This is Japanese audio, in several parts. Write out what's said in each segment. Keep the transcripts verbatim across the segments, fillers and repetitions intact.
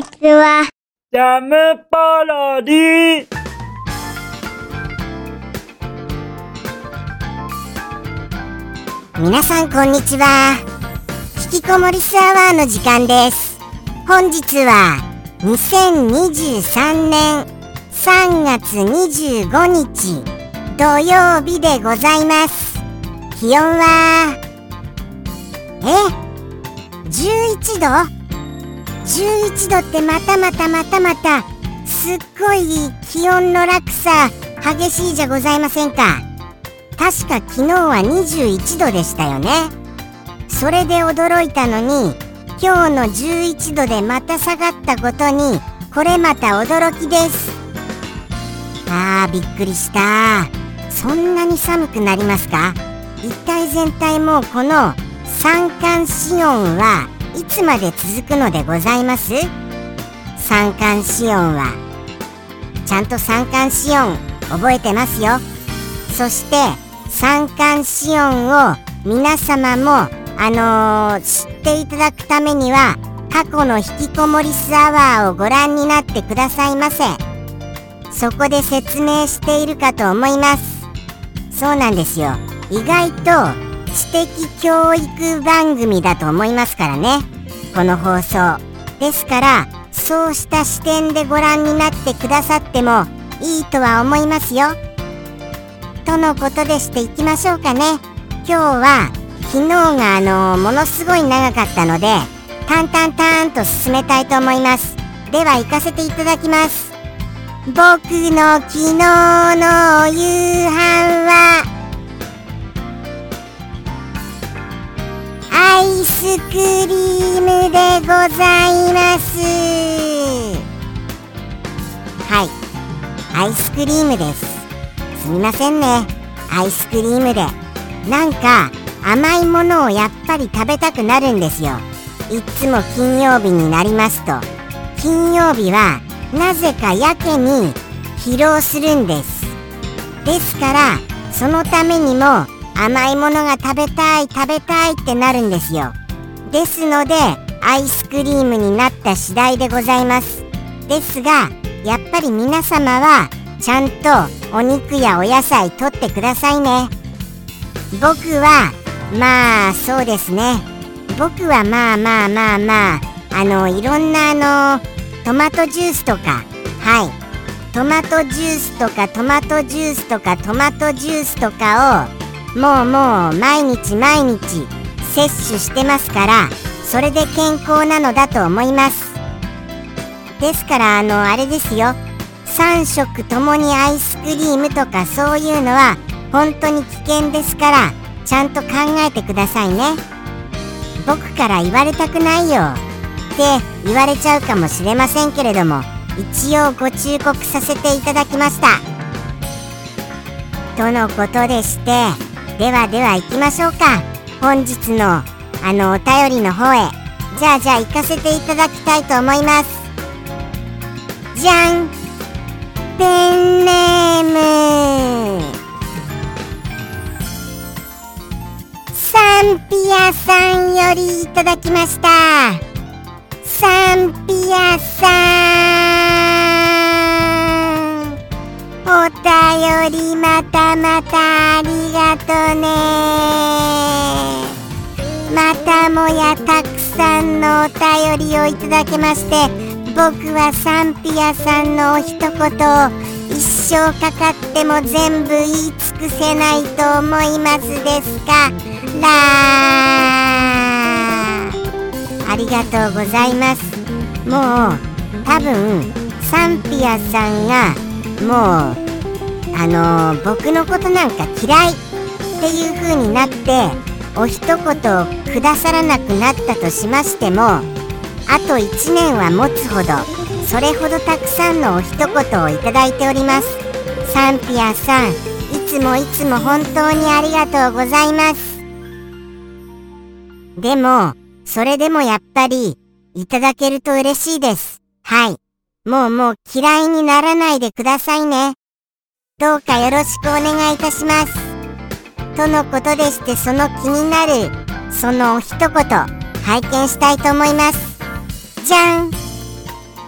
ちは。 ジャムパロディ。 皆さんこんにちは。引きこもりスアワーの時間です。本日はにせんにじゅうさんねんさんがつにじゅうごにち土曜日でございます。気温はえじゅういちどじゅういちどってまたまたまたまたすっごい気温の落差激しいじゃございませんか。確か昨日はにじゅういちどでしたよね。それで驚いたのに今日のじゅういちどでまた下がったことにこれまた驚きです。あーびっくりした。そんなに寒くなりますか。一体全体もうこの三寒四温はいつまで続くのでございます。三寒四温はちゃんと三寒四温覚えてますよ。そして三寒四温を皆様もあのー、知っていただくためには過去の引きこもりスアワーをご覧になってくださいませ。そこで説明しているかと思います。そうなんですよ。意外と知的教育番組だと思いますからね、この放送ですから、そうした視点でご覧になってくださってもいいとは思いますよ。とのことでしていきましょうかね。今日は昨日があのものすごい長かったのでタンタンタンと進めたいと思います。では行かせていただきます。僕の昨日の夕飯はアイスクリームでございます。はい、アイスクリームです。すみませんね、アイスクリームでなんか甘いものをやっぱり食べたくなるんですよ。いっつも金曜日になりますと、金曜日はなぜかやけに疲労するんです。ですからそのためにも甘いものが食べたい食べたいってなるんですよ。ですのでアイスクリームになった次第でございます。ですがやっぱり皆様はちゃんとお肉やお野菜とってくださいね。僕はまあそうですね、僕はまあまあまあまああのいろんなあのトマトジュースとか、はいトマトジュースとかトマトジュースとかトマトジュースとかをもうもう毎日毎日摂取してますから、それで健康なのだと思います。ですからあのあれですよ、さんしょくともにアイスクリームとかそういうのは本当に危険ですから、ちゃんと考えてくださいね。僕から言われたくないよって言われちゃうかもしれませんけれども、一応ご忠告させていただきましたとのことでして、ではでは行きましょうか。本日のあのお便りの方へじゃあじゃあ行かせていただきたいと思います。じゃん、ペンネームサンピアさんよりいただきました。サンピアさん、お便りまたまたありがとね。またもやたくさんのお便りをいただけまして、僕はサンピアさんのお一言を一生かかっても全部言い尽くせないと思いますですからありがとうございます。もう多分サンピアさんがもうあのー、僕のことなんか嫌いっていう風になってお一言をくださらなくなったとしましても、あといちねんは持つほどそれほどたくさんのお一言をいただいております。サンピアさん、いつもいつも本当にありがとうございます。でもそれでもやっぱりいただけると嬉しいです。はい、もうもう嫌いにならないでくださいね。どうかよろしくお願いいたしますとのことでして、その気になるそのお一言拝見したいと思います。じゃん、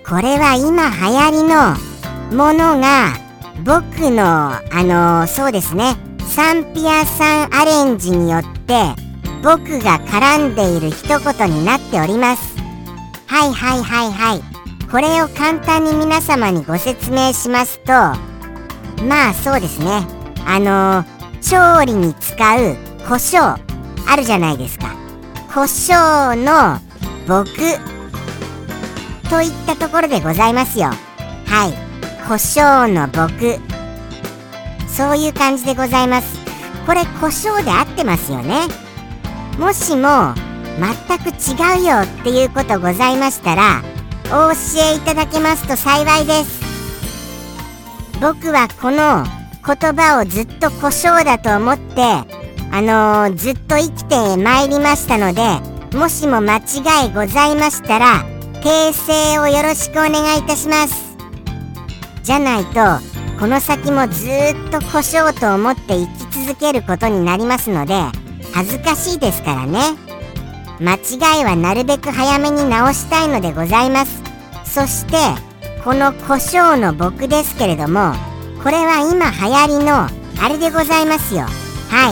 これは今流行りのものが僕のあのー、そうですねサンピアさんアレンジによって僕が絡んでいる一言になっております。はいはいはいはい。これを簡単に皆様にご説明しますと、まあそうですねあのー、調理に使う胡椒あるじゃないですか。胡椒の僕といったところでございますよ。はい、胡椒の僕、そういう感じでございます。これ胡椒で合ってますよね。もしも全く違うよっていうことございましたらお教えいただけますと幸いです。僕はこの言葉をずっと胡椒だと思ってあのー、ずっと生きてまいりましたので、もしも間違いございましたら訂正をよろしくお願いいたします。じゃないとこの先もずーっと胡椒と思って生き続けることになりますので恥ずかしいですからね。間違いはなるべく早めに直したいのでございます。そしてこの胡椒の僕ですけれども、これは今流行りのあれでございますよ。はい、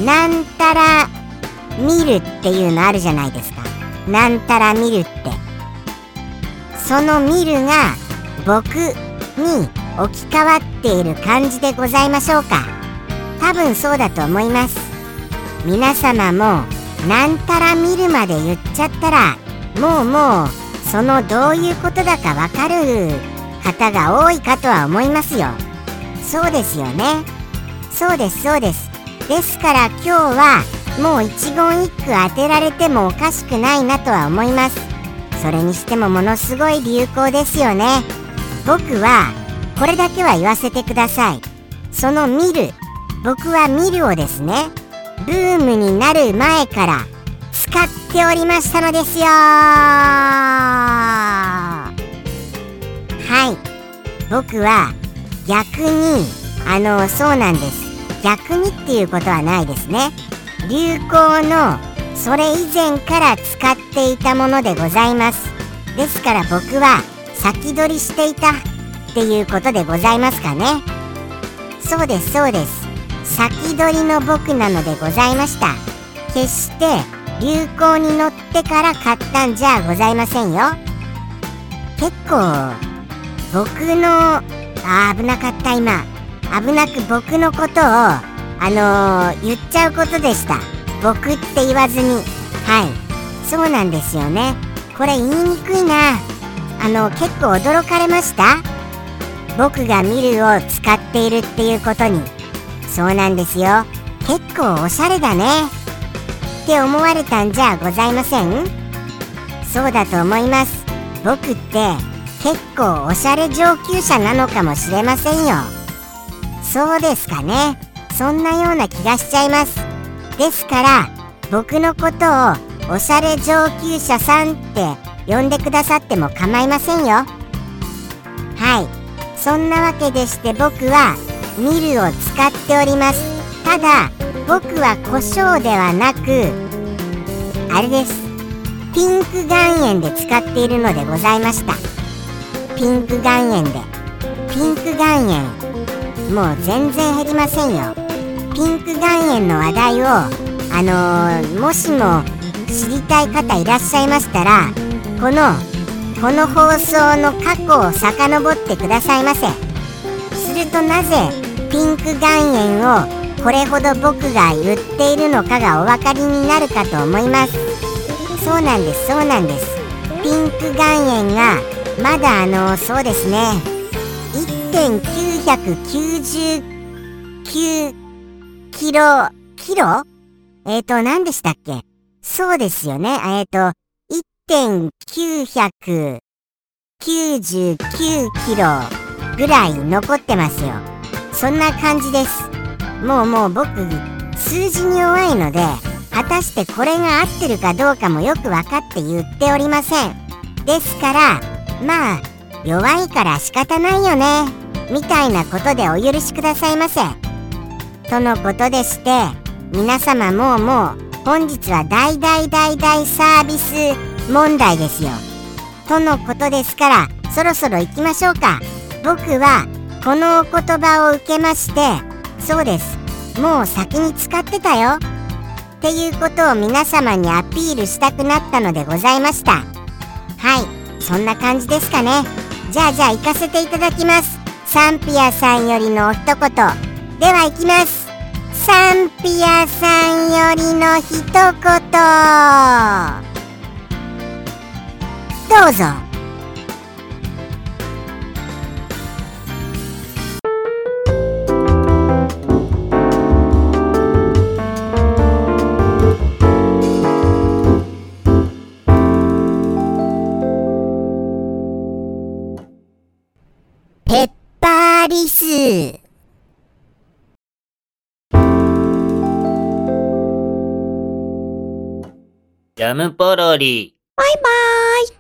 なんたら見るっていうのあるじゃないですか。なんたら見るって、その見るが僕に置き換わっている感じでございましょうか。多分そうだと思います。皆様もなんたら見るまで言っちゃったらもうもうそのどういうことだかわかる方が多いかとは思いますよ。そうですよね。そうですそうです。ですから今日はもう一言一句当てられてもおかしくないなとは思います。それにしてもものすごい流行ですよね。僕はこれだけは言わせてください。その見る、僕は見るをですねブームになる前から使っておりましたのですよ。はい、僕は逆にあのそうなんです。逆にっていうことはないですね。流行のそれ以前から使っていたものでございます。ですから僕は先取りしていたっていうことでございますかね。そうですそうです。先取りの僕なのでございました。決して流行に乗ってから買ったんじゃございませんよ。結構僕のあ危なかった今危なく僕のことをあのー、言っちゃうことでした。僕って言わずに。はい、そうなんですよね。これ言いにくいな。あの結構驚かれました。僕がミルを使っているっていうことに。そうなんですよ。結構おしゃれだねって思われたんじゃございません？そうだと思います。僕って結構おしゃれ上級者なのかもしれませんよ。そうですかね。そんなような気がしちゃいます。ですから僕のことをおしゃれ上級者さんって呼んでくださっても構いませんよ。はい、そんなわけでして僕はミルを使っております。ただ僕は胡椒ではなくあれです。ピンク岩塩で使っているのでございました。ピンク岩塩でピンク岩塩もう全然減りませんよ。ピンク岩塩の話題をあのー、もしも知りたい方いらっしゃいましたらこのこの放送の過去を遡ってくださいませ。するとなぜピンク岩塩をこれほど僕が言っているのかがお分かりになるかと思います。そうなんですそうなんです。ピンク岩塩がまだあのそうですね いってんきゅうきゅうじゅうきゅうキロキロえーと何でしたっけ。そうですよね。えーと いってんきゅうきゅうきゅうキロぐらい残ってますよ。そんな感じです。もうもう僕数字に弱いので果たしてこれが合ってるかどうかもよく分かって言っておりません。ですからまあ弱いから仕方ないよねみたいなことでお許しくださいませとのことでして、皆様もうもう本日は大大大大サービス問題ですよ。 とのことですから、そろそろ行きましょうか。僕はこのお言葉を受けまして、そうです、もう先に使ってたよっていうことを皆様にアピールしたくなったのでございました。はい、そんな感じですかね。じゃあじゃあ行かせていただきます。サンピアさんよりのお一言では行きます。サンピアさんよりの一言、どうぞ。ペッパーリス。 ジャムポロリ。 バイバーイ。